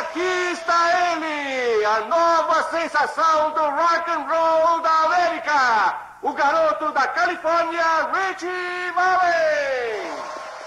Aqui está ele, a nova sensação do rock and roll da América, o garoto da Califórnia, Ritchie Valens.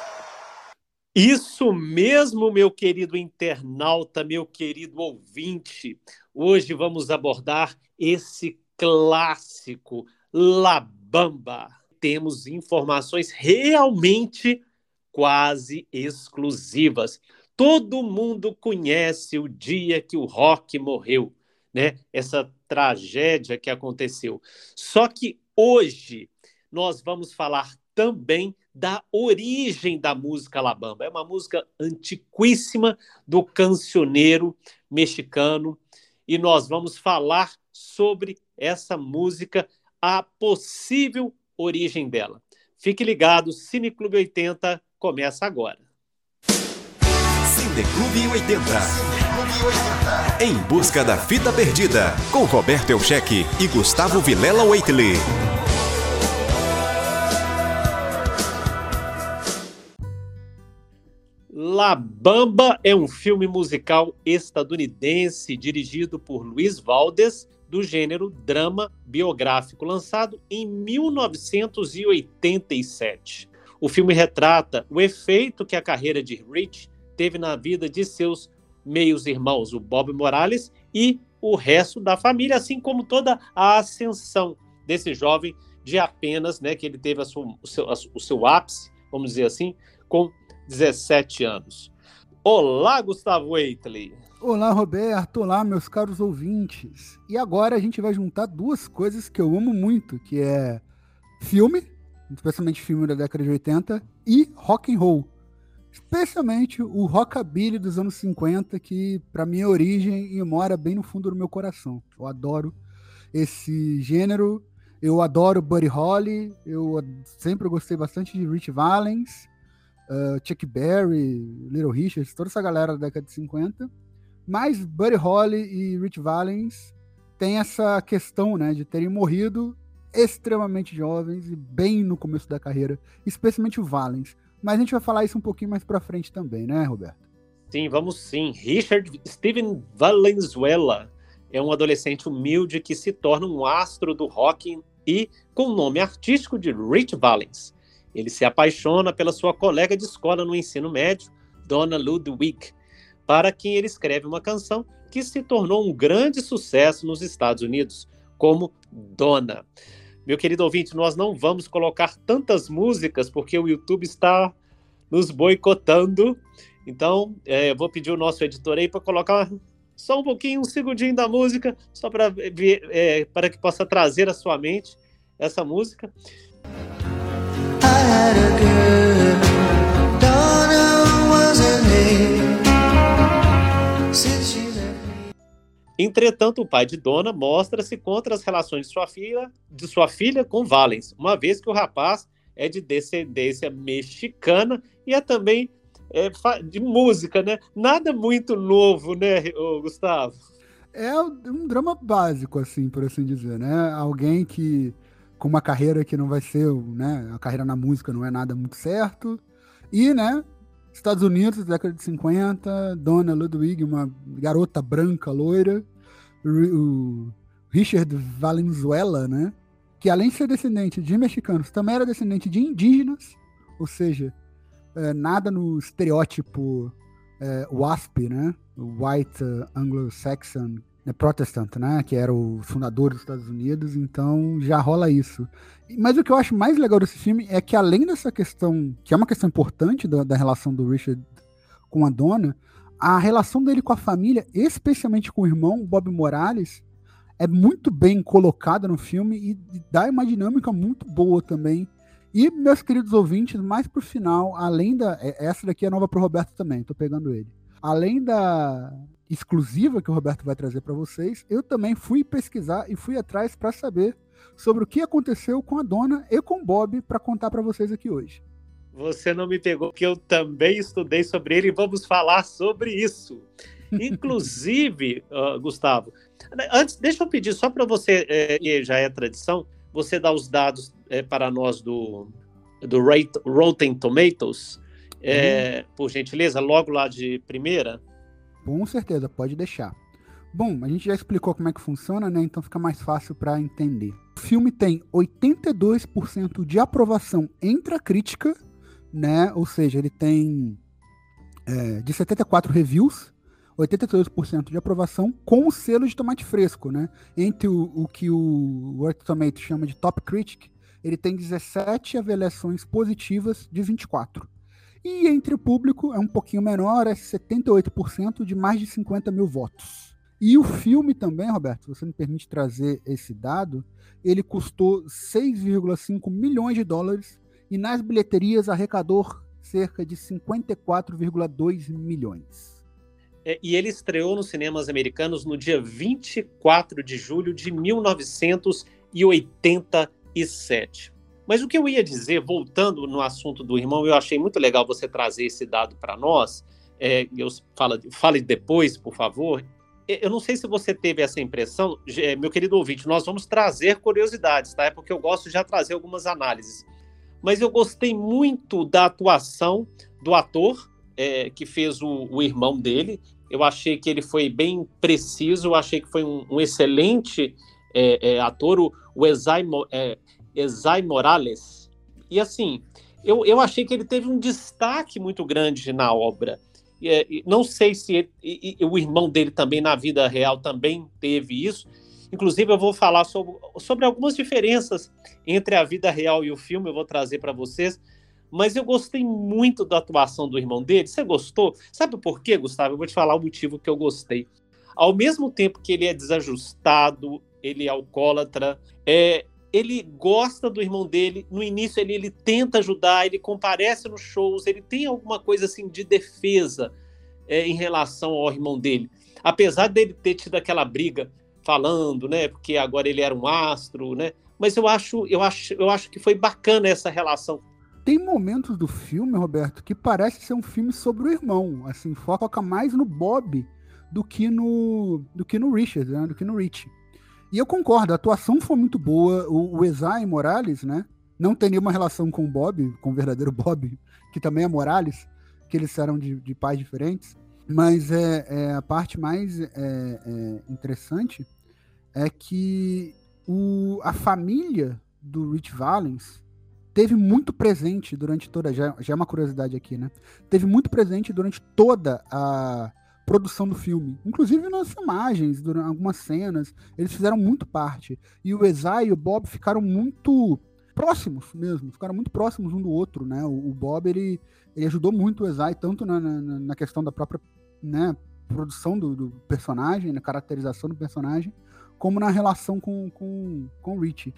Isso mesmo, meu querido internauta, meu querido ouvinte. Hoje vamos abordar esse clássico, La Bamba. Temos informações realmente quase exclusivas. Todo mundo conhece o dia que o rock morreu, né? Essa tragédia que aconteceu. Só que hoje nós vamos falar também da origem da música La Bamba. É uma música antiquíssima do cancioneiro mexicano e nós vamos falar sobre essa música, a possível origem dela. Fique ligado, Cineclube 80 começa agora. Cineclube 80. Em busca da fita perdida, com Roberto Elcheque e Gustavo Vilela Waitley. La Bamba é um filme musical estadunidense dirigido por Luiz Valdes, do gênero drama biográfico, lançado em 1987. O filme retrata o efeito que a carreira de Rich teve na vida de seus meios-irmãos, o Bob Morales e o resto da família, assim como toda a ascensão desse jovem de apenas, né, que ele teve o seu ápice, vamos dizer assim, com 17 anos. Olá, Gustavo Waitley. Olá, Roberto. Olá, meus caros ouvintes. E agora a gente vai juntar duas coisas que eu amo muito, que é filme, especialmente filme da década de 80, e rock and roll. Especialmente o rockabilly dos anos 50, que para mim é origem e mora bem no fundo do meu coração. Eu adoro esse gênero, eu adoro Buddy Holly, eu sempre gostei bastante de Ritchie Valens, Chuck Berry, Little Richard, toda essa galera da década de 50. Mas Buddy Holly e Ritchie Valens têm essa questão, né, de terem morrido extremamente jovens e bem no começo da carreira, especialmente o Valens. Mas a gente vai falar isso um pouquinho mais pra frente também, né, Roberto? Sim, vamos sim. Richard Steven Valenzuela é um adolescente humilde que se torna um astro do rock e com o nome artístico de Ritchie Valens. Ele se apaixona pela sua colega de escola no ensino médio, Donna Ludwig, para quem ele escreve uma canção que se tornou um grande sucesso nos Estados Unidos, como Donna. Meu querido ouvinte, nós não vamos colocar tantas músicas porque o YouTube está nos boicotando. Então, eu vou pedir o nosso editor aí para colocar só um pouquinho, um segundinho da música, só para que possa trazer à sua mente essa música. I had a girl, Donna was her name. Entretanto, o pai de Donna mostra-se contra as relações de sua filha com Valens, uma vez que o rapaz é de descendência mexicana e é também de música, né? Nada muito novo, né, Gustavo? É um drama básico, assim, por assim dizer, né? Alguém que com uma carreira que não vai ser, né? A carreira na música não é nada muito certo. E, né? Estados Unidos, década de 50, Donna Ludwig, uma garota branca, loira. O Richard Valenzuela, né? Que além de ser descendente de mexicanos, também era descendente de indígenas. Ou seja, nada no estereótipo WASP, né? White Anglo-Saxon Protestant, né? Que era o fundador dos Estados Unidos, então já rola isso. Mas o que eu acho mais legal desse filme é que além dessa questão, que é uma questão importante da relação do Richard com a Donna, a relação dele com a família, especialmente com o irmão, Bob Morales, é muito bem colocada no filme e dá uma dinâmica muito boa também. E, meus queridos ouvintes, mais pro final, além da... Essa daqui é nova pro Roberto também, tô pegando ele. Além da exclusiva que o Roberto vai trazer para vocês, eu também fui pesquisar e fui atrás para saber sobre o que aconteceu com a Donna e com o Bob para contar para vocês aqui hoje. Você não me pegou, porque eu também estudei sobre ele e vamos falar sobre isso. Inclusive, Gustavo, antes, deixa eu pedir só para você, que já é tradição, você dar os dados para nós do Rotten Tomatoes, por gentileza, logo lá de primeira. Com certeza, pode deixar. Bom, a gente já explicou como é que funciona, né? Então fica mais fácil para entender. O filme tem 82% de aprovação entre a crítica, né? Ou seja, ele tem de 74 reviews, 82% de aprovação com o selo de tomate fresco, né? Entre o que o Rotten Tomatoes chama de Top Critic, ele tem 17 avaliações positivas de 24. E entre o público é um pouquinho menor, é 78% de mais de 50 mil votos. E o filme também, Roberto, se você me permite trazer esse dado, ele custou 6,5 milhões de dólares e nas bilheterias arrecadou cerca de 54,2 milhões. E ele estreou nos cinemas americanos no dia 24 de julho de 1987. Mas o que eu ia dizer, voltando no assunto do irmão, eu achei muito legal você trazer esse dado para nós. Fale depois, por favor. Eu não sei se você teve essa impressão, meu querido ouvinte, nós vamos trazer curiosidades, tá? É porque eu gosto de já trazer algumas análises. Mas eu gostei muito da atuação do ator que fez o irmão dele. Eu achei que ele foi bem preciso, eu achei que foi um excelente ator, o Esai Morales. E assim, eu achei que ele teve um destaque muito grande na obra. Não sei se o irmão dele também, na vida real, também teve isso. Inclusive, eu vou falar sobre algumas diferenças entre a vida real e o filme, eu vou trazer para vocês. Mas eu gostei muito da atuação do irmão dele. Você gostou? Sabe por quê, Gustavo? Eu vou te falar o motivo que eu gostei. Ao mesmo tempo que ele é desajustado, ele é alcoólatra, ele gosta do irmão dele. No início ele tenta ajudar, ele comparece nos shows, ele tem alguma coisa assim de defesa em relação ao irmão dele. Apesar dele ter tido aquela briga falando, né, porque agora ele era um astro, né? Mas eu acho que foi bacana essa relação. Tem momentos do filme, Roberto, que parece ser um filme sobre o irmão. Assim, foca mais no Bob do que no Richard, né? Do que no Rich. E eu concordo, a atuação foi muito boa. O Esai Morales, né? Não tem nenhuma relação com o Bob, com o verdadeiro Bob, que também é Morales, que eles eram de pais diferentes. Mas a parte mais interessante é que a família do Rich Valens teve muito presente durante toda... Já é uma curiosidade aqui, né? Teve muito presente durante toda a produção do filme. Inclusive nas filmagens, durante algumas cenas, eles fizeram muito parte. E o Esai e o Bob ficaram muito próximos mesmo. Ficaram muito próximos um do outro, né? O Bob, ele ajudou muito o Esai, tanto na questão da própria, né, produção do personagem, na caracterização do personagem, como na relação com o Rich.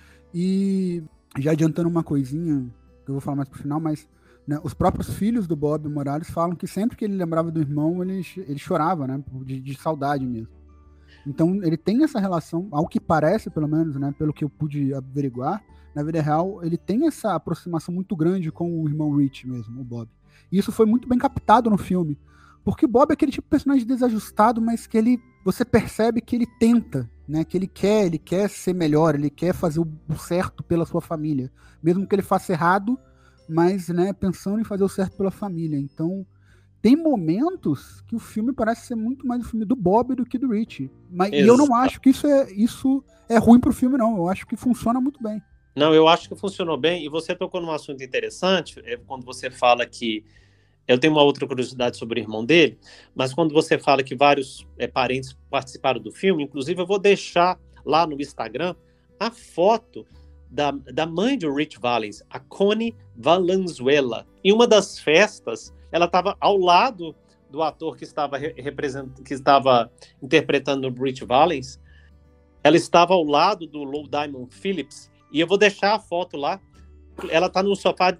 E já adiantando uma coisinha, que eu vou falar mais pro final, mas né, os próprios filhos do Bob Morales falam que sempre que ele lembrava do irmão, ele chorava, né, de saudade mesmo. Então ele tem essa relação, ao que parece pelo menos, né, pelo que eu pude averiguar, na vida real, ele tem essa aproximação muito grande com o irmão Rich mesmo, o Bob. E isso foi muito bem captado no filme, porque o Bob é aquele tipo de personagem desajustado, mas que você percebe que ele tenta, né, que ele quer ser melhor, ele quer fazer o certo pela sua família, mesmo que ele faça errado, mas, né, pensando em fazer o certo pela família. Então, tem momentos que o filme parece ser muito mais o filme do Bob do que do Rich. E eu não acho que isso é ruim pro filme, não. Eu acho que funciona muito bem. Não, eu acho que funcionou bem. E você tocou num assunto interessante, quando você fala que... Eu tenho uma outra curiosidade sobre o irmão dele, mas quando você fala que vários parentes participaram do filme, inclusive eu vou deixar lá no Instagram a foto da mãe de Rich Valens, a Connie Valenzuela. Em uma das festas, ela estava ao lado do ator que estava interpretando o Rich Valens. Ela estava ao lado do Lou Diamond Phillips, e eu vou deixar a foto lá. Ela está no sofá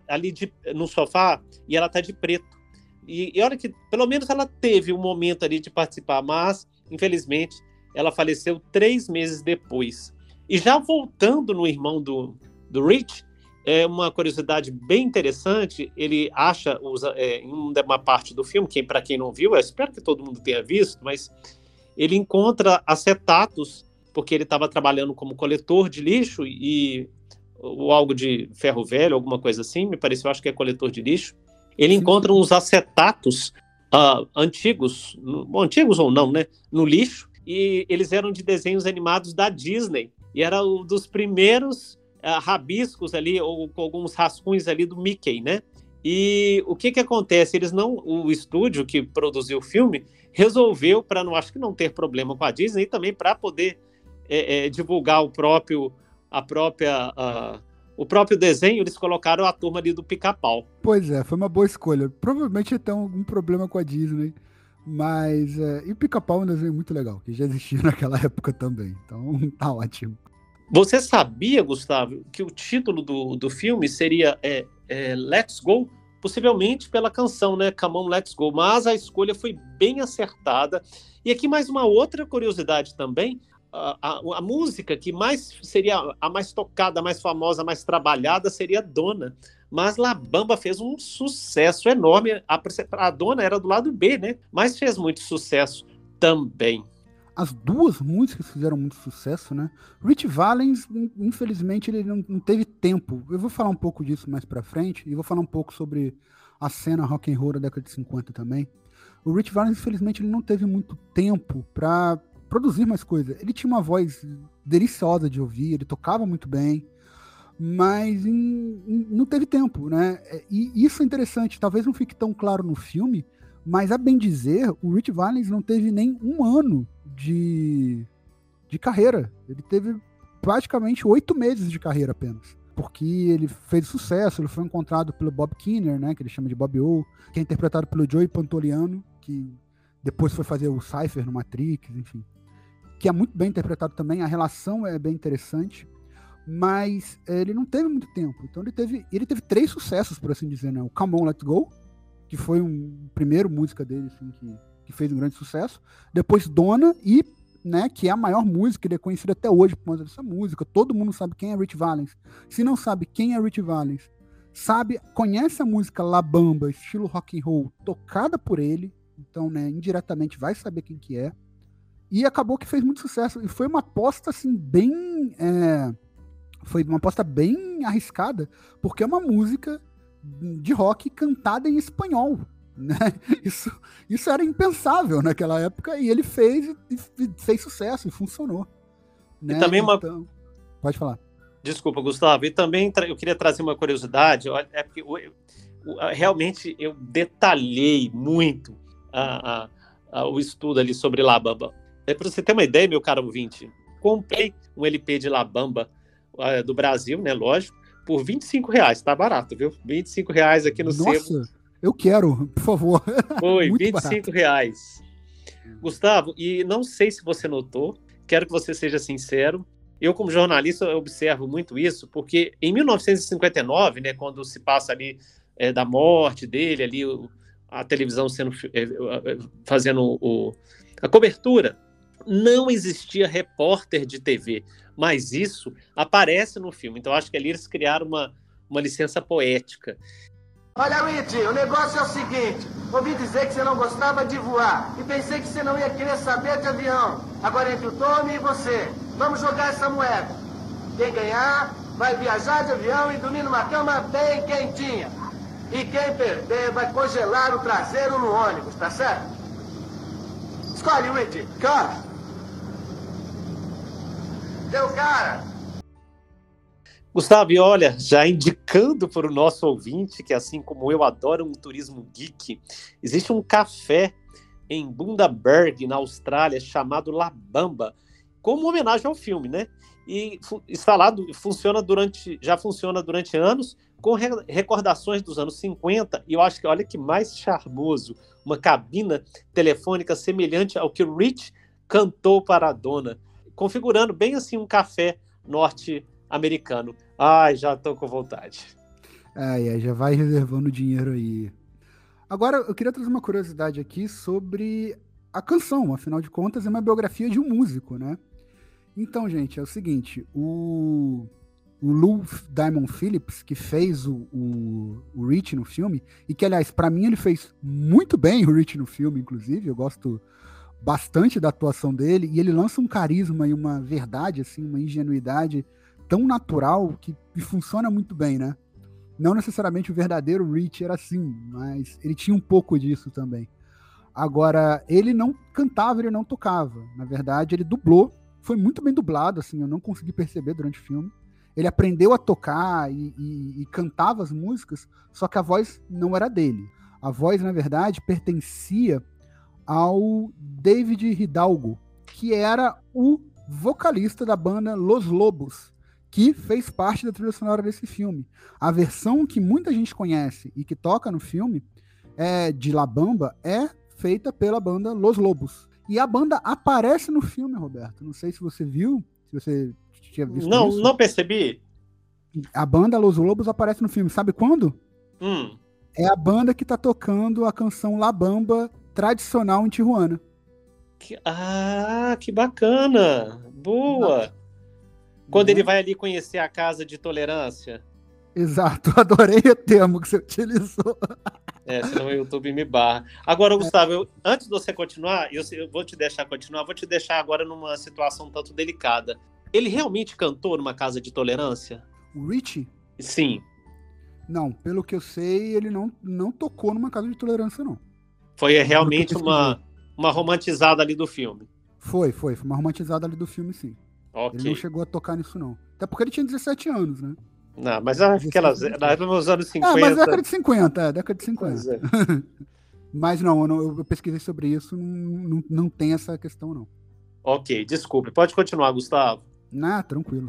e ela está de preto. E olha que, pelo menos ela teve um momento ali de participar, mas, infelizmente, ela faleceu 3 meses depois. E já voltando no irmão do Rich, uma curiosidade bem interessante, ele acha, em uma parte do filme, para quem não viu, eu espero que todo mundo tenha visto, mas ele encontra acetatos, porque ele estava trabalhando como coletor de lixo ou algo de ferro velho, alguma coisa assim, me pareceu, acho que é coletor de lixo. Ele encontra uns acetatos antigos ou não, né? No lixo, e eles eram de desenhos animados da Disney. E era um dos primeiros rabiscos ali, ou com alguns rascunhos ali do Mickey, né? E o que acontece? O estúdio que produziu o filme resolveu, para não, acho que não ter problema com a Disney, e também para poder divulgar o próprio desenho, eles colocaram a turma ali do Pica-Pau. Pois é, foi uma boa escolha. Provavelmente ia ter algum problema com a Disney, mas... E o Pica-Pau é um desenho muito legal, que já existia naquela época também, então tá ótimo. Você sabia, Gustavo, que o título do filme seria Let's Go? Possivelmente pela canção, né? Come on, Let's Go. Mas a escolha foi bem acertada. E aqui mais uma outra curiosidade também. A música que mais seria a mais tocada, a mais famosa, a mais trabalhada seria Dona. Mas La Bamba fez um sucesso enorme. A Dona era do lado B, né? Mas fez muito sucesso também. As duas músicas fizeram muito sucesso, né? Ritchie Valens, infelizmente, ele não teve tempo. Eu vou falar um pouco disso mais pra frente, e vou falar um pouco sobre a cena rock and roll da década de 50 também. O Ritchie Valens, infelizmente, ele não teve muito tempo pra produzir mais coisas. Ele tinha uma voz deliciosa de ouvir, ele tocava muito bem, mas não teve tempo, né? E isso é interessante, talvez não fique tão claro no filme, mas a bem dizer, o Ritchie Valens não teve nem um ano de carreira. Ele teve praticamente 8 meses de carreira apenas. Porque ele fez sucesso, ele foi encontrado pelo Bob Kinner, né, que ele chama de Bob O, que é interpretado pelo Joey Pantoliano, que depois foi fazer o Cypher no Matrix, enfim. Que é muito bem interpretado também, a relação é bem interessante, mas ele não teve muito tempo. Então ele teve 3 sucessos, por assim dizer, né? O Come On, Let's Go, que foi um primeiro música dele, assim, que fez um grande sucesso. Depois Dona, né, que é a maior música, ele é conhecido até hoje por conta dessa música. Todo mundo sabe quem é Ritchie Valens. Se não sabe quem é Ritchie Valens, conhece a música La Bamba, estilo rock and roll, tocada por ele, então, né, indiretamente vai saber quem que é. E acabou que fez muito sucesso. E foi uma aposta, assim, foi uma aposta bem arriscada, porque é uma música de rock cantada em espanhol, né? Isso era impensável naquela época, e ele fez sucesso e funcionou, né? E também então, pode falar. Desculpa, Gustavo. E também eu queria trazer uma curiosidade. Porque realmente eu detalhei muito o estudo ali sobre La Bamba. Para você ter uma ideia, meu caro ouvinte, comprei um LP de La Bamba do Brasil, né? Lógico, por R$25. Tá barato, viu? R$25 aqui no sebo. Nossa, eu quero, por favor. Foi, R$25. Gustavo, e não sei se você notou, quero que você seja sincero. Eu, como jornalista, eu observo muito isso, porque em 1959, né, quando se passa ali da morte dele, ali a televisão fazendo a cobertura, não existia repórter de TV, mas isso aparece no filme. Então, acho que ali eles criaram uma licença poética. Olha, Ritchie, o negócio é o seguinte. Ouvi dizer que você não gostava de voar e pensei que você não ia querer saber de avião. Agora, entre o Tommy e você, vamos jogar essa moeda. Quem ganhar vai viajar de avião e dormir numa cama bem quentinha. E quem perder vai congelar o traseiro no ônibus, tá certo? Escolhe, Ritchie. Cara. Teu cara. Gustavo, e olha, já indicando para o nosso ouvinte, que assim como eu adoro um turismo geek, existe um café em Bundaberg, na Austrália, chamado La Bamba, como homenagem ao filme, né? E instalado, já funciona durante anos, com recordações dos anos 50, e eu acho que, olha que mais charmoso, uma cabina telefônica semelhante ao que o Rich cantou para a Dona, configurando bem assim um café norte-americano. Ai, já tô com vontade. Já vai reservando dinheiro aí. Agora, eu queria trazer uma curiosidade aqui sobre a canção. Afinal de contas, é uma biografia de um músico, né? Então, gente, é o seguinte. O Lou Diamond Phillips, que fez o Rich no filme, e que, aliás, pra mim ele fez muito bem o Rich no filme, inclusive. Eu gosto bastante da atuação dele, e ele lança um carisma e uma verdade, assim, uma ingenuidade tão natural que funciona muito bem, né? Não necessariamente o verdadeiro Rich era assim, mas ele tinha um pouco disso também. Agora, ele não cantava, ele não tocava. Na verdade, ele dublou. Foi muito bem dublado, assim, eu não consegui perceber durante o filme. Ele aprendeu a tocar e cantava as músicas, só que a voz não era dele. A voz, na verdade, pertencia ao David Hidalgo, que era o vocalista da banda Los Lobos, que fez parte da trilha sonora desse filme. A versão que muita gente conhece e que toca no filme de La Bamba é feita pela banda Los Lobos. E a banda aparece no filme, Roberto. Não sei se você viu, se você tinha visto isso. Não percebi. A banda Los Lobos aparece no filme. Sabe quando? É a banda que tá tocando a canção La Bamba tradicional em Tijuana. Que bacana! Boa! Quando ele vai ali conhecer a casa de tolerância. Exato, adorei o termo que você utilizou. Senão o YouTube me barra. Agora, Gustavo, antes de você continuar, eu vou te deixar continuar, vou te deixar agora numa situação um tanto delicada. Ele realmente cantou numa casa de tolerância? O Richie? Sim. Não, pelo que eu sei, ele não tocou numa casa de tolerância, não. Foi realmente uma romantizada ali do filme. Foi uma romantizada ali do filme, sim. Okay. Ele não chegou a tocar nisso, não. Até porque ele tinha 17 anos, né? Não, mas nos anos 50... mas década de 50, década de 50. Pois é. Mas eu pesquisei sobre isso, não tem essa questão, não. Ok, desculpe. Pode continuar, Gustavo. Tranquilo.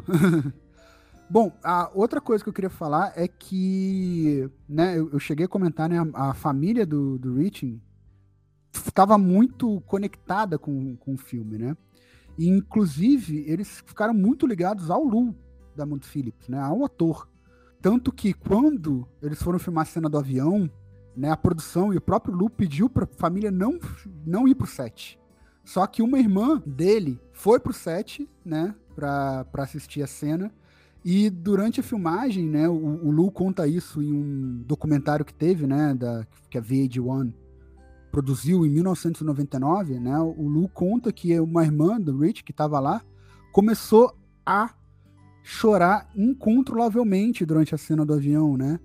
Bom, a outra coisa que eu queria falar é que, né, eu cheguei a comentar, né, a família do Richie estava muito conectada com o filme, né? E, inclusive, eles ficaram muito ligados ao Lou da Mount Phillips, né, ao ator. Tanto que quando eles foram filmar a cena do avião, né, a produção e o próprio Lou pediu para a família não ir pro set. Só que uma irmã dele foi pro set, né, para assistir a cena. E durante a filmagem, né, o Lou conta isso em um documentário que teve, né, que a VH1 produziu em 1999, né, o Lou conta que uma irmã do Rich, que estava lá, começou a chorar incontrolavelmente durante a cena do avião, né,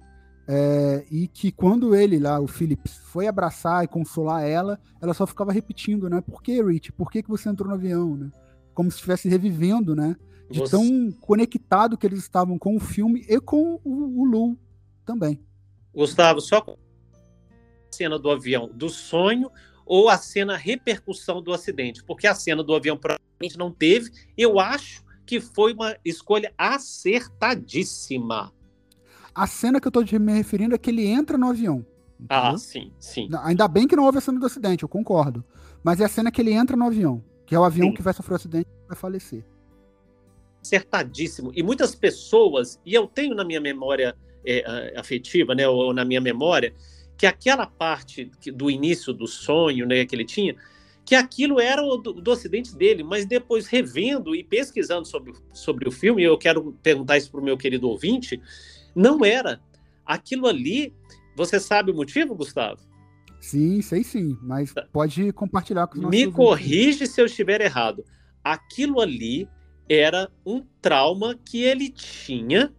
e que quando ele lá, o Phillips, foi abraçar e consolar ela só ficava repetindo, né, por que, Rich, por que você entrou no avião, né, como se estivesse revivendo, né, de tão conectado que eles estavam com o filme e com o Lou também. Gustavo, só a cena do avião do sonho ou a cena repercussão do acidente? Porque a cena do avião provavelmente não teve. Eu acho que foi uma escolha acertadíssima. A cena que eu tô me referindo é que ele entra no avião. Entendeu? Sim. Ainda bem que não houve a cena do acidente, eu concordo. Mas é a cena que ele entra no avião, que é o avião que vai sofrer o acidente e vai falecer. Acertadíssimo. E muitas pessoas, e eu tenho na minha memória afetiva, né, ou na minha memória, que aquela parte do início do sonho, né, que ele tinha, que aquilo era do acidente dele, mas depois revendo e pesquisando sobre o filme, eu quero perguntar isso para o meu querido ouvinte, não era. Aquilo ali, você sabe o motivo, Gustavo? Sim, sei sim, mas pode compartilhar com os nossos ouvintes. Me corrige se eu estiver errado. Aquilo ali era um trauma que ele tinha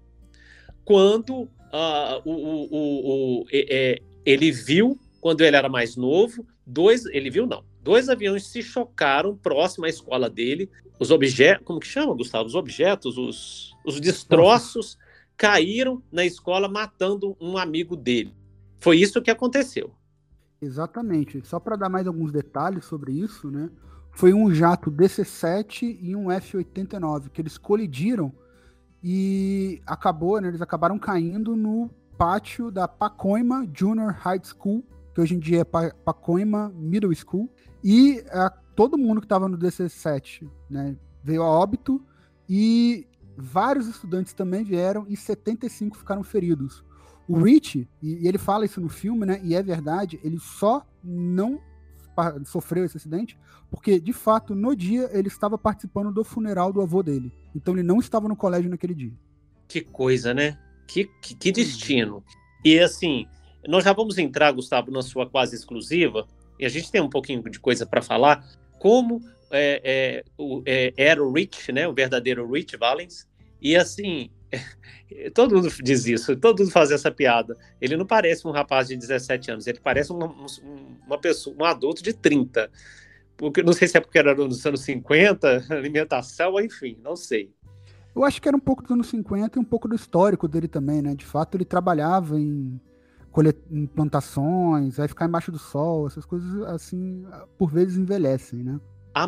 quando ele viu, quando ele era mais novo, dois aviões se chocaram próximo à escola dele. Os objetos, como que chama, Gustavo? Os objetos, os destroços caíram na escola matando um amigo dele. Foi isso que aconteceu. Exatamente. Só para dar mais alguns detalhes sobre isso, né? Foi um jato DC-7 e um F-89, que eles colidiram e eles acabaram caindo no pátio da Pacoima Junior High School, que hoje em dia é Pacoima Middle School, e todo mundo que estava no DC-7, né, veio a óbito, e vários estudantes também vieram, e 75 ficaram feridos. O Rich, e ele fala isso no filme, né, e é verdade, ele só não sofreu esse acidente porque, de fato, no dia ele estava participando do funeral do avô dele. Então ele não estava no colégio naquele dia. Que coisa, né? Que destino. E assim, nós já vamos entrar, Gustavo, na sua quase exclusiva, e a gente tem um pouquinho de coisa para falar, como era o Rich, né? O verdadeiro Rich Valens. E assim, Todo mundo diz isso, todo mundo faz essa piada. Ele não parece um rapaz de 17 anos, ele parece uma pessoa, um adulto de 30. Porque, não sei se é porque era nos anos 50, alimentação, enfim, não sei. Eu acho que era um pouco dos anos 50 e um pouco do histórico dele também, né? De fato, ele trabalhava em plantações, aí ficar embaixo do sol, essas coisas assim, por vezes envelhecem, né?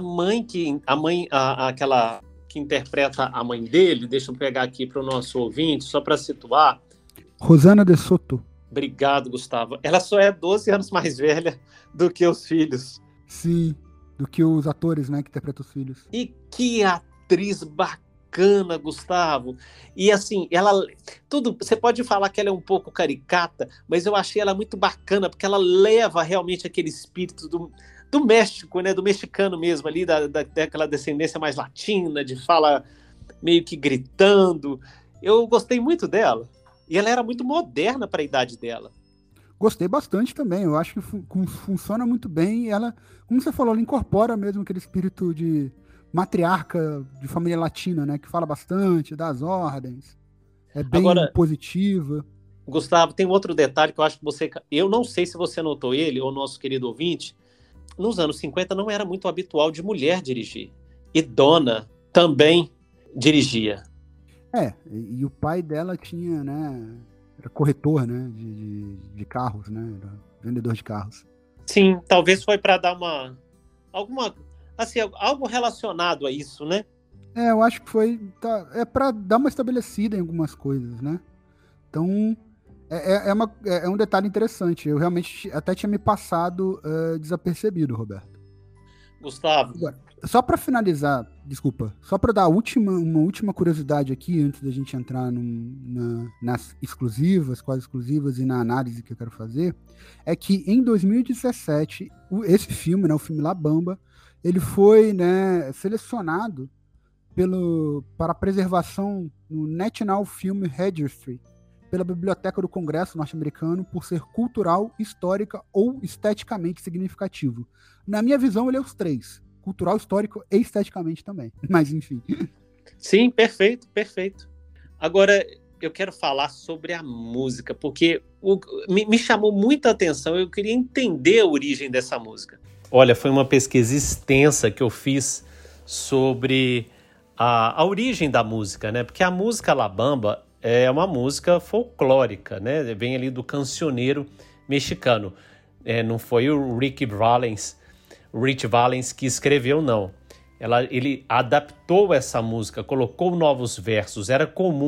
Aquela que interpreta a mãe dele, deixa eu pegar aqui para o nosso ouvinte, só para situar. Rosana de Soto. Obrigado, Gustavo. Ela só é 12 anos mais velha do que os filhos. Sim, do que os atores, né, que interpretam os filhos. E que atriz bacana, Gustavo. E assim, você pode falar que ela é um pouco caricata, mas eu achei ela muito bacana, porque ela leva realmente aquele espírito do México, né, do mexicano mesmo ali, daquela descendência mais latina, de fala meio que gritando. Eu gostei muito dela. E ela era muito moderna para a idade dela. Gostei bastante também. Eu acho que funciona muito bem. E ela, como você falou, ela incorpora mesmo aquele espírito de matriarca de família latina, né? Que fala bastante, dá as ordens. É bem positiva. Gustavo, tem outro detalhe que eu acho que eu não sei se você notou ele, ou nosso querido ouvinte. Nos anos 50 não era muito habitual de mulher dirigir. E Donna também dirigia. E o pai dela tinha, né? Era corretor, né? De carros, né? Era vendedor de carros. Sim, talvez foi para dar algo relacionado a isso, né? Eu acho que foi. É para dar uma estabelecida em algumas coisas, né? Então. É um detalhe interessante. Eu realmente até tinha me passado desapercebido, Roberto. Gustavo. Só para finalizar, desculpa, só para dar uma última curiosidade aqui, antes da gente entrar nas exclusivas, quase exclusivas e na análise que eu quero fazer, é que em 2017, esse filme, né, o filme La Bamba, ele foi, né, selecionado para preservação no National Film Registry, pela Biblioteca do Congresso norte-americano, por ser cultural, histórica ou esteticamente significativo. Na minha visão, ele é os três. Cultural, histórico e esteticamente também. Mas, enfim. Sim, perfeito, perfeito. Agora, eu quero falar sobre a música, porque me chamou muita atenção, eu queria entender a origem dessa música. Olha, foi uma pesquisa extensa que eu fiz sobre a origem da música, né? Porque a música La Bamba é uma música folclórica, né? Vem ali do cancioneiro mexicano. Não foi o Rich Valens que escreveu, não. Ele adaptou essa música, colocou novos versos. É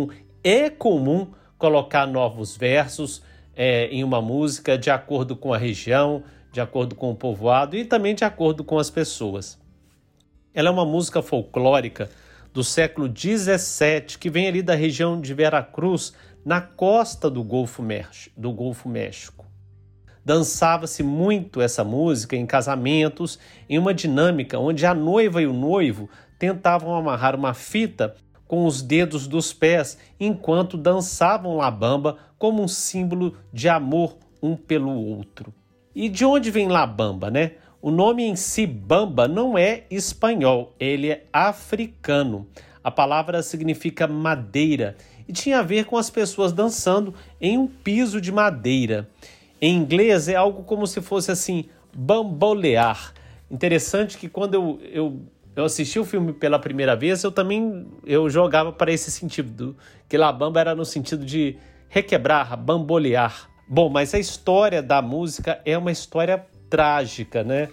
comum colocar novos versos em uma música de acordo com a região, de acordo com o povoado e também de acordo com as pessoas. Ela é uma música folclórica do século XVII, que vem ali da região de Veracruz, na costa do Golfo México. Dançava-se muito essa música em casamentos, em uma dinâmica onde a noiva e o noivo tentavam amarrar uma fita com os dedos dos pés, enquanto dançavam La Bamba como um símbolo de amor um pelo outro. E de onde vem La Bamba, né? O nome em si, bamba, não é espanhol, ele é africano. A palavra significa madeira e tinha a ver com as pessoas dançando em um piso de madeira. Em inglês é algo como se fosse assim, bambolear. Interessante que quando eu assisti o filme pela primeira vez, eu jogava para esse sentido, que La Bamba era no sentido de requebrar, bambolear. Bom, mas a história da música é uma história trágica, né?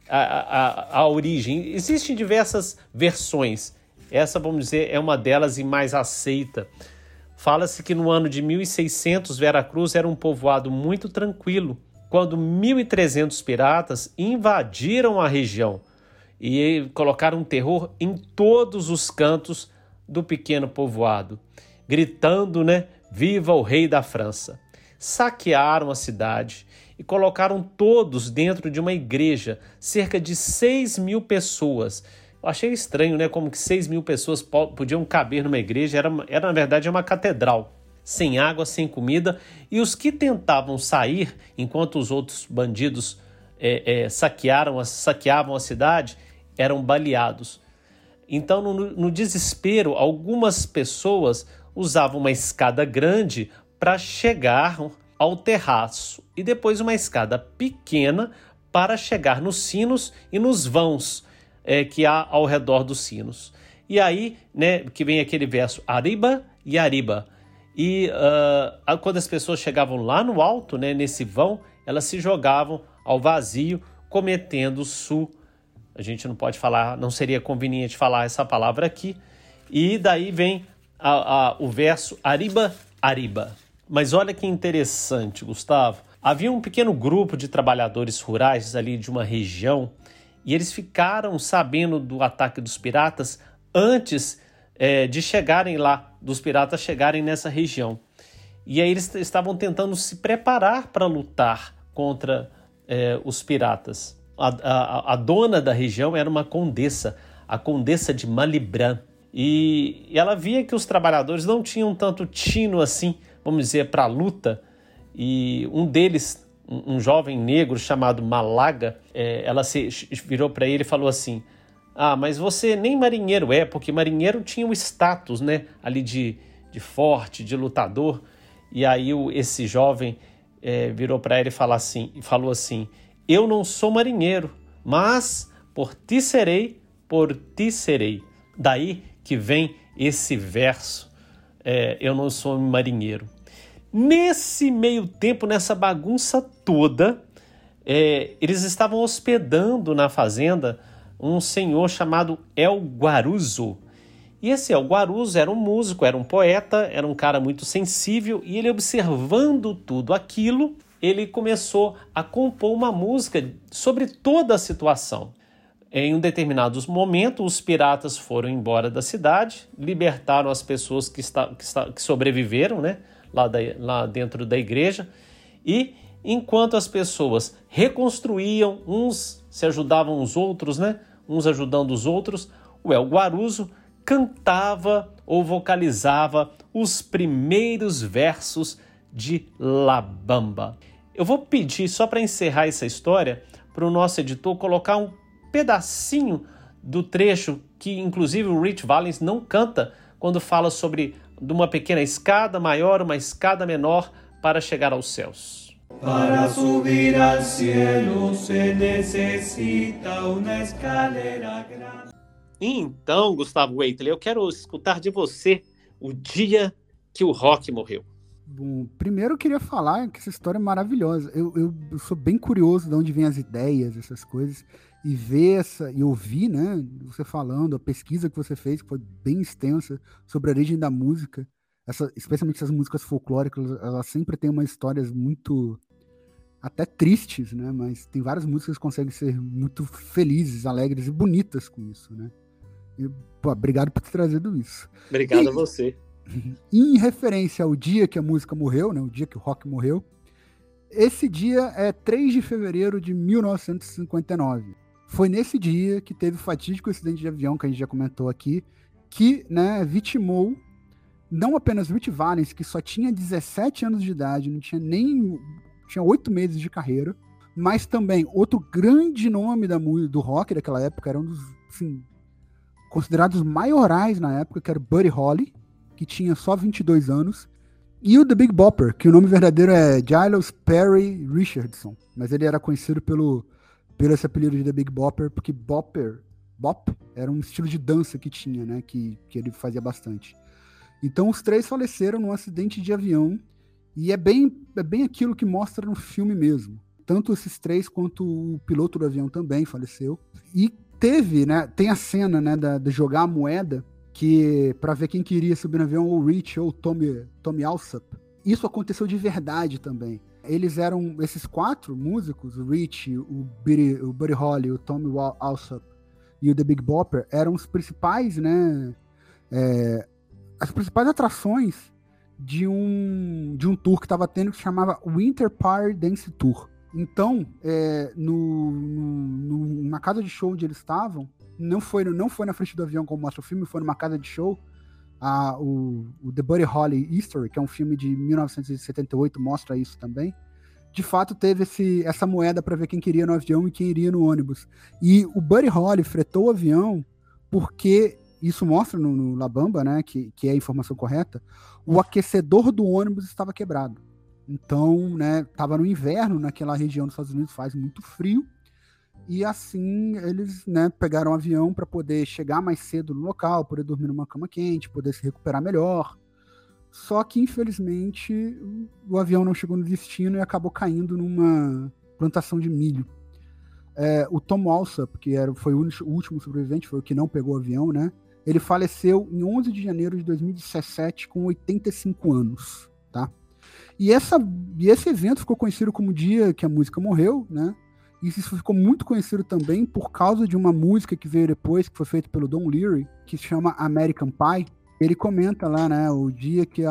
A origem. Existem diversas versões. Essa, vamos dizer, é uma delas e mais aceita. Fala-se que no ano de 1600, Veracruz era um povoado muito tranquilo, quando 1.300 piratas invadiram a região e colocaram terror em todos os cantos do pequeno povoado, gritando, né? Viva o rei da França! Saquearam a cidade e colocaram todos dentro de uma igreja, cerca de 6.000 pessoas. Eu achei estranho, né? Como que 6.000 pessoas podiam caber numa igreja, era na verdade uma catedral, sem água, sem comida, e os que tentavam sair, enquanto os outros bandidos saqueavam a cidade, eram baleados. Então, no desespero, algumas pessoas usava uma escada grande para chegar ao terraço e depois uma escada pequena para chegar nos sinos e nos vãos que há ao redor dos sinos. E aí, né, que vem aquele verso arriba e arriba. E quando as pessoas chegavam lá no alto, né, nesse vão, elas se jogavam ao vazio, cometendo a gente não pode falar, não seria conveniente falar essa palavra aqui. E daí vem o verso arriba, arriba. Mas olha que interessante, Gustavo. Havia um pequeno grupo de trabalhadores rurais ali de uma região e eles ficaram sabendo do ataque dos piratas antes de chegarem lá, dos piratas chegarem nessa região. E aí eles estavam tentando se preparar para lutar contra os piratas. A dona da região era uma condessa, a condessa de Malibran. E ela via que os trabalhadores não tinham tanto tino assim, vamos dizer, para a luta. E um deles, um jovem negro chamado Malaga, ela se virou para ele e falou assim: mas você nem marinheiro porque marinheiro tinha o status, né, ali de forte, de lutador. E aí esse jovem virou para ele e falou assim: eu não sou marinheiro, mas por ti serei, por ti serei. Daí que vem esse verso, eu não sou marinheiro. Nesse meio tempo, nessa bagunça toda, eles estavam hospedando na fazenda um senhor chamado El Guaruzo. E esse El Guaruzo era um músico, era um poeta, era um cara muito sensível, e ele, observando tudo aquilo, ele começou a compor uma música sobre toda a situação. Em um determinado momento, os piratas foram embora da cidade, libertaram as pessoas que sobreviveram, né, lá dentro da igreja, e enquanto as pessoas reconstruíam, uns se ajudavam os outros, né, uns ajudando os outros, o El Guaruzo cantava ou vocalizava os primeiros versos de La Bamba. Eu vou pedir, só para encerrar essa história, para o nosso editor colocar um pedacinho do trecho que, inclusive, o Rich Valens não canta quando fala sobre de uma pequena escada maior, uma escada menor para chegar aos céus. Para subir al cielo se necesita una escalera grande. Então, Gustavo Waitley, eu quero escutar de você o dia que o rock morreu. Bom, primeiro eu queria falar que essa história é maravilhosa. Eu sou bem curioso de onde vêm as ideias, essas coisas, e ver e ouvir, né, você falando, a pesquisa que você fez, que foi bem extensa, sobre a origem da música, especialmente essas músicas folclóricas, elas sempre têm umas histórias muito, até tristes, né, mas tem várias músicas que conseguem ser muito felizes, alegres e bonitas com isso, né. E, obrigado por ter trazido isso. Obrigado a você. Em referência ao dia que a música morreu, né, o dia que o rock morreu, esse dia é 3 de fevereiro de 1959. Foi nesse dia que teve o fatídico acidente de avião, que a gente já comentou aqui, que, né, vitimou não apenas Rich Valens, que só tinha 17 anos de idade, tinha 8 meses de carreira, mas também outro grande nome do rock daquela época, era um dos, assim, considerados maiorais na época, que era Buddy Holly, que tinha só 22 anos, e o The Big Bopper, que o nome verdadeiro é Giles Perry Richardson, mas ele era conhecido pelo esse apelido de The Big Bopper, porque Bop era um estilo de dança que tinha, né, que ele fazia bastante. Então os três faleceram num acidente de avião, e é bem aquilo que mostra no filme mesmo. Tanto esses três quanto o piloto do avião também faleceu. E tem a cena, né, de jogar a moeda, que para ver quem queria subir no avião, ou o Rich ou o Tommy Alsop. Isso aconteceu de verdade também. Eles eram, esses 4 músicos, o Rich, o Buddy Holly, o Tommy Alsop e o The Big Bopper, eram os principais, né, as principais atrações de um tour que estava tendo, que se chamava Winter Party Dance Tour. Então, numa casa de show onde eles estavam, não foi na frente do avião como mostra o filme, foi numa casa de show. O The Buddy Holly History, que é um filme de 1978, mostra isso também. De fato, teve essa moeda para ver quem queria no avião e quem iria no ônibus. E o Buddy Holly fretou o avião porque isso mostra no La Bamba, né, que é a informação correta, o aquecedor do ônibus estava quebrado. Então, né, estava no inverno, naquela região dos Estados Unidos faz muito frio, e assim eles, né, pegaram um avião para poder chegar mais cedo no local, poder dormir numa cama quente, poder se recuperar melhor. Só que, infelizmente, o avião não chegou no destino e acabou caindo numa plantação de milho. O Tom Walsup, que foi o último sobrevivente, foi o que não pegou o avião, né? Ele faleceu em 11 de janeiro de 2017 com 85 anos, tá? E esse evento ficou conhecido como o dia que a música morreu, né? E isso ficou muito conhecido também por causa de uma música que veio depois, que foi feita pelo Don Leary, que se chama American Pie. Ele comenta lá, né, o dia que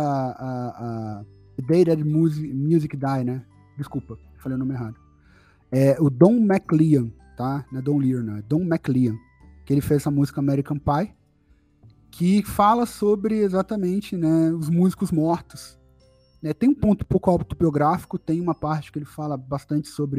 The Day That Music Die, né? Desculpa, falei o nome errado. O Don McLean, tá? Não é Don Leary, não. É Don McLean, que ele fez essa música American Pie, que fala sobre exatamente, né, os músicos mortos. Tem um ponto pouco autobiográfico, tem uma parte que ele fala bastante sobre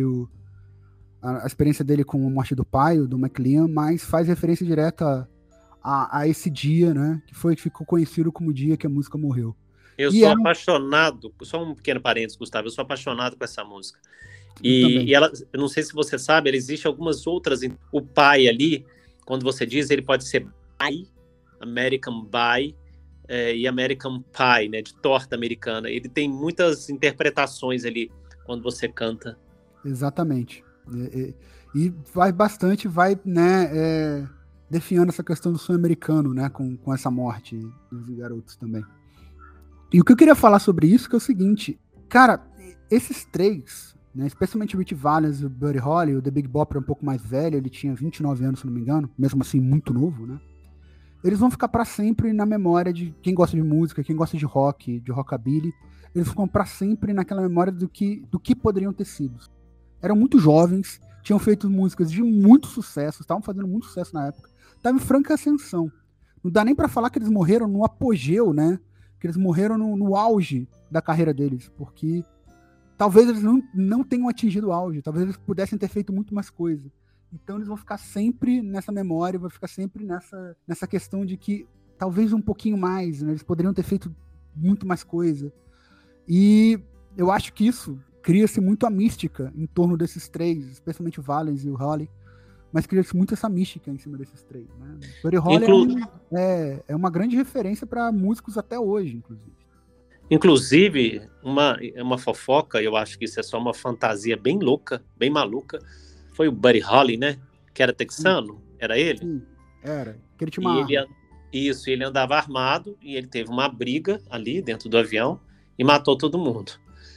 a experiência dele com a morte do pai, o Don McLean, mas faz referência direta a esse dia, né, que ficou conhecido como o dia que a música morreu. Eu sou apaixonado, só um pequeno parênteses, Gustavo, eu sou apaixonado com essa música. E ela, eu não sei se você sabe, ela existe algumas outras. O pai ali, quando você diz, ele pode ser pie, American Pie e American Pie, né, de torta americana. Ele tem muitas interpretações ali quando você canta. Exatamente. E vai bastante, né, definhando essa questão do sonho americano, né, com essa morte dos garotos também. E o que eu queria falar sobre isso que é o seguinte, cara, esses três, né, especialmente o Rich Valens e o Buddy Holly, o The Big Bopper é um pouco mais velho, ele tinha 29 anos, se não me engano, mesmo assim muito novo, né? Eles vão ficar para sempre na memória de quem gosta de música, quem gosta de rock, de rockabilly, eles ficam para sempre naquela memória do que poderiam ter sido. Eram muito jovens, tinham feito músicas de muito sucesso, estavam fazendo muito sucesso na época, estavam em franca ascensão. Não dá nem para falar que eles morreram no apogeu, né? Que eles morreram no auge da carreira deles, porque talvez eles não tenham atingido o auge, talvez eles pudessem ter feito muito mais coisa. Então eles vão ficar sempre nessa memória, vão ficar sempre nessa questão de que talvez um pouquinho mais, né? Eles poderiam ter feito muito mais coisa. E eu acho que isso cria-se muito a mística em torno desses três, especialmente o Valens e o Holly, mas cria-se muito essa mística em cima desses três, né? O Buddy Holly é uma grande referência para músicos até hoje, inclusive. Inclusive, uma fofoca, eu acho que isso é só uma fantasia bem louca, bem maluca, foi o Buddy Holly, né? Que era texano, era ele? Sim, era. Que ele tinha uma arma. Ele andava armado e ele teve uma briga ali dentro do avião e matou todo mundo.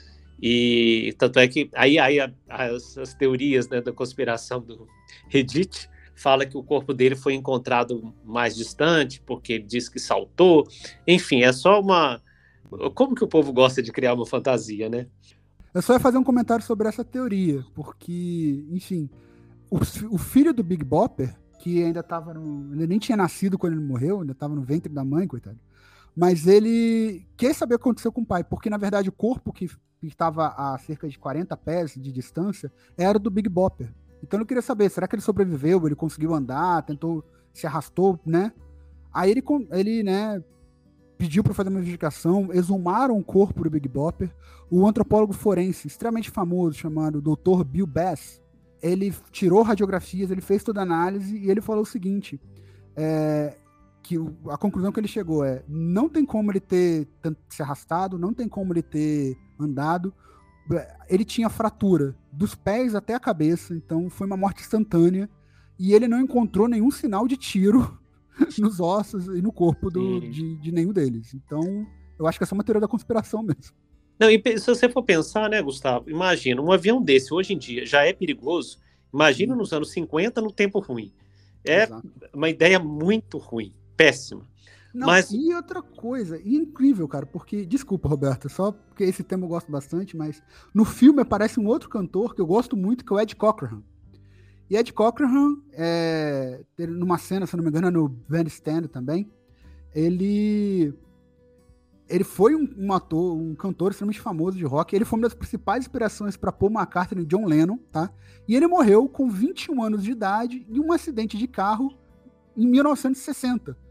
E tanto é que aí as teorias, né, da conspiração do Reddit fala que o corpo dele foi encontrado mais distante porque ele disse que saltou. Enfim, é só uma... Como que o povo gosta de criar uma fantasia, né? Eu só ia fazer um comentário sobre essa teoria, porque, enfim, o filho do Big Bopper, que ainda estava ele nem tinha nascido quando ele morreu, ainda estava no ventre da mãe, coitado, mas ele quer saber o que aconteceu com o pai, porque, na verdade, o corpo que estava a cerca de 40 pés de distância era do Big Bopper. Então eu queria saber, será que ele sobreviveu, ele conseguiu andar, se arrastou, né? Aí ele né, pediu para fazer uma investigação, exumaram o corpo do Big Bopper. O antropólogo forense extremamente famoso, chamado Dr. Bill Bass, ele tirou radiografias, ele fez toda a análise e ele falou o seguinte, que a conclusão que ele chegou não tem como ele ter se arrastado, não tem como ele ter andado, ele tinha fratura dos pés até a cabeça, então foi uma morte instantânea e ele não encontrou nenhum sinal de tiro nos ossos e no corpo de nenhum deles. Então, eu acho que essa é uma teoria da conspiração mesmo. Não, e se você for pensar, né, Gustavo, imagina, um avião desse hoje em dia já é perigoso, imagina nos anos 50 no tempo ruim. Exato. Uma ideia muito ruim, péssima. Não, e outra coisa, incrível, cara, porque, desculpa, Roberto, só porque esse tema eu gosto bastante, mas no filme aparece um outro cantor que eu gosto muito, que é o Ed Cochran. E Ed Cochran, numa cena, se não me engano, no Bandstand também, ele foi um ator, um cantor extremamente famoso de rock, ele foi uma das principais inspirações para Paul McCartney e John Lennon, tá? E ele morreu com 21 anos de idade em um acidente de carro em 1960.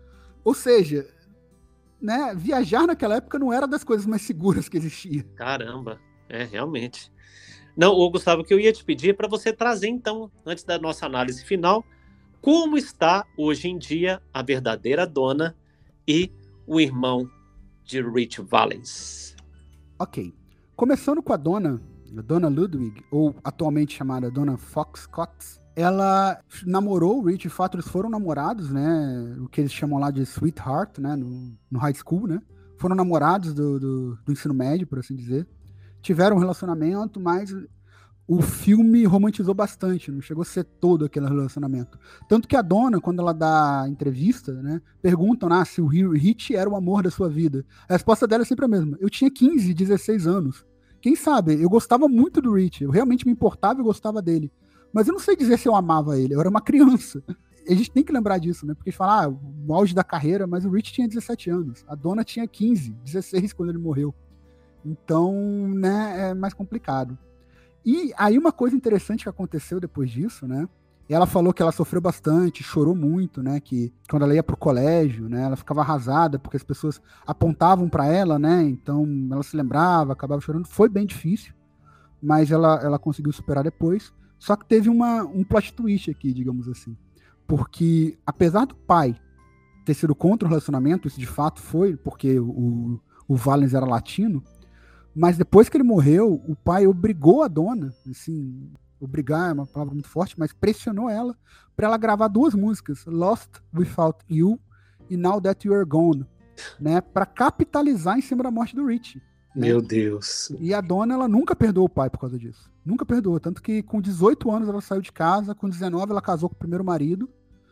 Ou seja, né, viajar naquela época não era das coisas mais seguras que existia. Caramba, realmente. Não, ô Gustavo, o que eu ia te pedir é para você trazer, então, antes da nossa análise final, como está hoje em dia a verdadeira dona e o irmão de Rich Valens. Ok. Começando com a Donna Ludwig, ou atualmente chamada Donna Foxcott, ela namorou o Rich, de fato eles foram namorados, né, o que eles chamam lá de sweetheart, né, no high school, né, foram namorados do ensino médio, por assim dizer, tiveram um relacionamento, mas o filme romantizou bastante, não chegou a ser todo aquele relacionamento. Tanto que a Donna, quando ela dá entrevista, né, perguntam se o Rich era o amor da sua vida. A resposta dela é sempre a mesma. Eu tinha 15, 16 anos. Quem sabe? Eu gostava muito do Rich, eu realmente me importava e gostava dele. Mas eu não sei dizer se eu amava ele, eu era uma criança. A gente tem que lembrar disso, né? Porque a gente fala, o auge da carreira, mas o Rich tinha 17 anos. A Donna tinha 15, 16 quando ele morreu. Então, né, é mais complicado. E aí uma coisa interessante que aconteceu depois disso, né? Ela falou que ela sofreu bastante, chorou muito, né? Que quando ela ia pro colégio, né? Ela ficava arrasada porque as pessoas apontavam para ela, né? Então ela se lembrava, acabava chorando. Foi bem difícil, mas ela conseguiu superar depois. Só que teve um plot twist aqui, digamos assim. Porque apesar do pai ter sido contra o relacionamento, isso de fato foi, porque o Valens era latino, mas depois que ele morreu, o pai obrigou a Donna, assim, obrigar é uma palavra muito forte, mas pressionou ela para ela gravar 2 músicas, Lost Without You e Now That You Are Gone, né, para capitalizar em cima da morte do Rich. Né? Meu Deus. E a Donna, ela nunca perdoou o pai por causa disso. Nunca perdoou, tanto que com 18 anos ela saiu de casa, com 19 ela casou com o primeiro marido,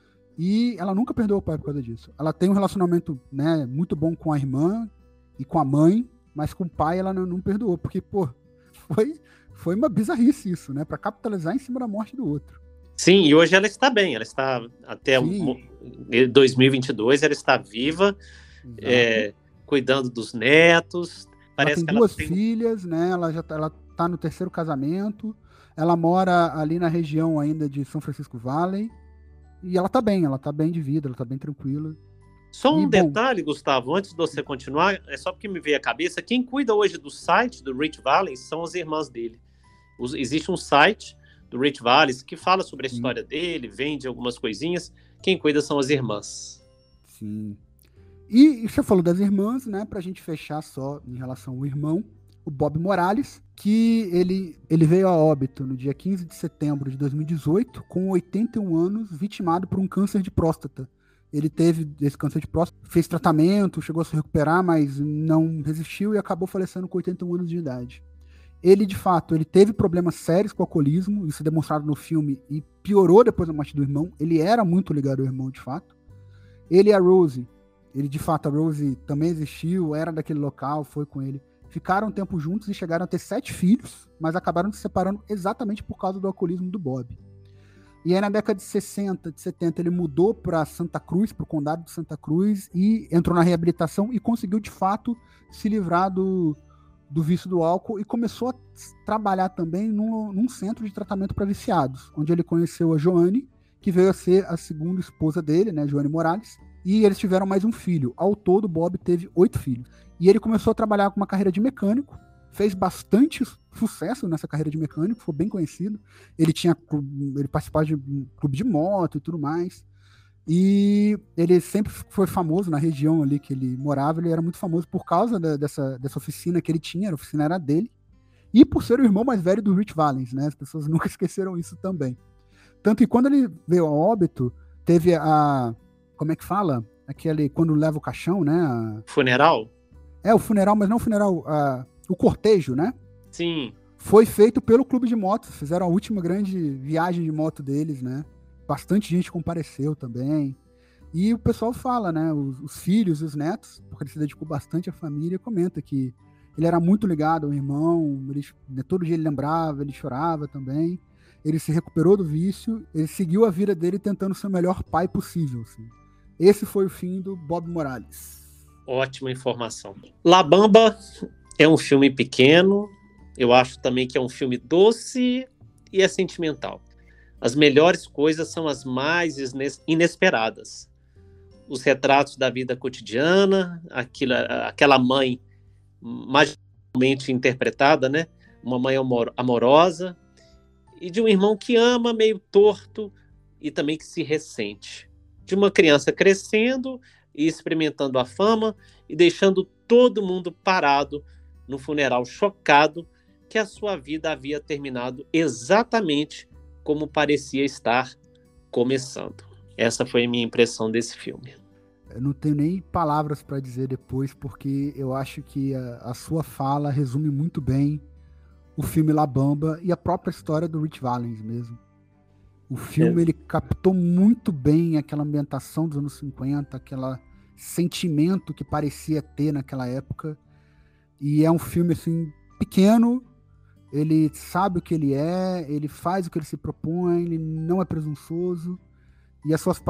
e ela nunca perdoou o pai por causa disso. Ela tem um relacionamento, né, muito bom com a irmã e com a mãe, mas com o pai ela não perdoou, porque, pô, foi uma bizarrice isso, né, para capitalizar em cima da morte do outro. Sim, e hoje ela está bem, ela está até 2022, ela está viva, cuidando dos netos. Parece ela tem 2 filhas, né, ela tá no 3º casamento, ela mora ali na região ainda de São Francisco Valley, e ela tá bem de vida, ela tá bem tranquila. Só um detalhe, Gustavo, antes de você continuar, é só porque me veio à cabeça, quem cuida hoje do site do Rich Valens são as irmãs dele. Existe um site do Rich Valens que fala sobre a história dele, vende algumas coisinhas, quem cuida são as irmãs. Sim. E você falou das irmãs, né, pra gente fechar só em relação ao irmão, o Bob Morales, que ele veio a óbito no dia 15 de setembro de 2018, com 81 anos, vitimado por um câncer de próstata. Ele teve esse câncer de próstata, fez tratamento, chegou a se recuperar, mas não resistiu e acabou falecendo com 81 anos de idade. Ele, de fato, ele teve problemas sérios com o alcoolismo, isso é demonstrado no filme, e piorou depois da morte do irmão. Ele era muito ligado ao irmão, de fato. Ele e a Rosie, de fato, a Rosie também existiu, era daquele local, foi com ele. Ficaram um tempo juntos e chegaram a ter 7 filhos, mas acabaram se separando exatamente por causa do alcoolismo do Bob. E aí na década de 60, de 70, ele mudou para Santa Cruz, para o condado de Santa Cruz, e entrou na reabilitação e conseguiu, de fato, se livrar do vício do álcool e começou a trabalhar também num centro de tratamento para viciados, onde ele conheceu a Joane, que veio a ser a segunda esposa dele, né, Joane Morales, e eles tiveram mais um filho. Ao todo, Bob teve 8 filhos. E ele começou a trabalhar com uma carreira de mecânico, fez bastante sucesso nessa carreira de mecânico, foi bem conhecido. Ele participava de um clube de moto e tudo mais. E ele sempre foi famoso na região ali que ele morava, ele era muito famoso por causa dessa oficina que ele tinha, a oficina era dele, e por ser o irmão mais velho do Rich Valens, né? As pessoas nunca esqueceram isso também. Tanto que quando ele veio a óbito, teve como é que fala? Quando leva o caixão, né? Funeral? O funeral, mas não o funeral, o cortejo, né? Sim. Foi feito pelo clube de moto, fizeram a última grande viagem de moto deles, né? Bastante gente compareceu também. E o pessoal fala, né? Os filhos e os netos, porque ele se dedicou bastante à família, comenta que ele era muito ligado ao irmão, todo dia ele lembrava, ele chorava também. Ele se recuperou do vício, ele seguiu a vida dele tentando ser o melhor pai possível. Assim. Esse foi o fim do Bob Morales. Ótima informação. La Bamba é um filme pequeno, eu acho também que é um filme doce e é sentimental. As melhores coisas são as mais inesperadas. os retratos da vida cotidiana, aquela mãe magicamente interpretada, né? Uma mãe amorosa, e de um irmão que ama, meio torto, e também que se ressente. De uma criança crescendo e experimentando a fama e deixando todo mundo parado no funeral, chocado que a sua vida havia terminado exatamente como parecia estar começando. Essa foi a minha impressão desse filme. Eu não tenho nem palavras para dizer depois, porque eu acho que a sua fala resume muito bem o filme La Bamba e a própria história do Rich Valens mesmo. O filme ele captou muito bem aquela ambientação dos anos 50, aquele sentimento que parecia ter naquela época. E é um filme assim, pequeno, ele sabe o que ele é, ele faz o que ele se propõe, ele não é presunçoso. E a sua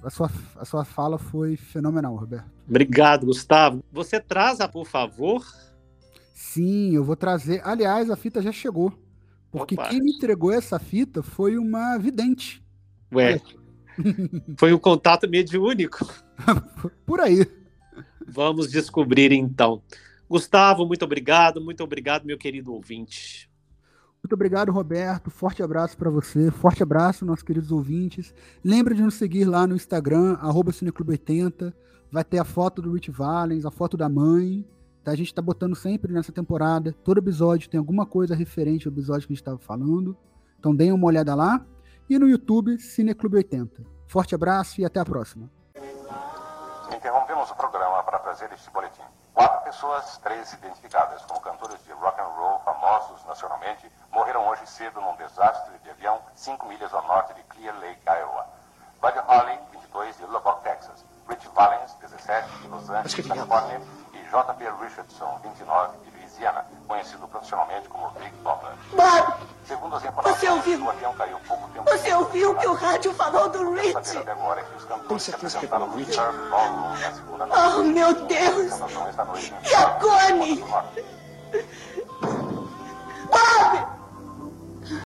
fala foi fenomenal, Roberto. Obrigado, Gustavo. Você traz, por favor? Sim, eu vou trazer. Aliás, a fita já chegou. Porque quem me entregou essa fita foi uma vidente. Ué, foi um contato mediúnico. Por aí. Vamos descobrir então. Gustavo, muito obrigado, meu querido ouvinte. Muito obrigado, Roberto. Forte abraço para você. Forte abraço, nossos queridos ouvintes. Lembra de nos seguir lá no Instagram, @cineclube80. Vai ter a foto do Rich Valens, a foto da mãe. Tá? A gente tá botando sempre nessa temporada. Todo episódio tem alguma coisa referente ao episódio que a gente estava falando. Então deem uma olhada lá. E no YouTube, Cineclube80. Forte abraço e até a próxima. Interrompemos o programa para trazer este boletim. 4 pessoas, 3 identificadas como cantores de rock and roll famosos nacionalmente, morreram hoje cedo num desastre de avião 5 milhas ao norte de Clear Lake, Iowa. Buddy Holly, 22, de Lubbock, Texas. Rich Valens, 17, de Los Angeles, Califórnia. E J.P. Richardson, 29, de Louisiana, conhecido profissionalmente como Big Bopper. Bob! Segundo as informações, o avião caiu pouco tempo Você ouviu o que o rádio falou do Rich? Até agora que os cantores se apresentaram no Surf Ballroom na segunda noite. Oh, meu Deus! E a Connie?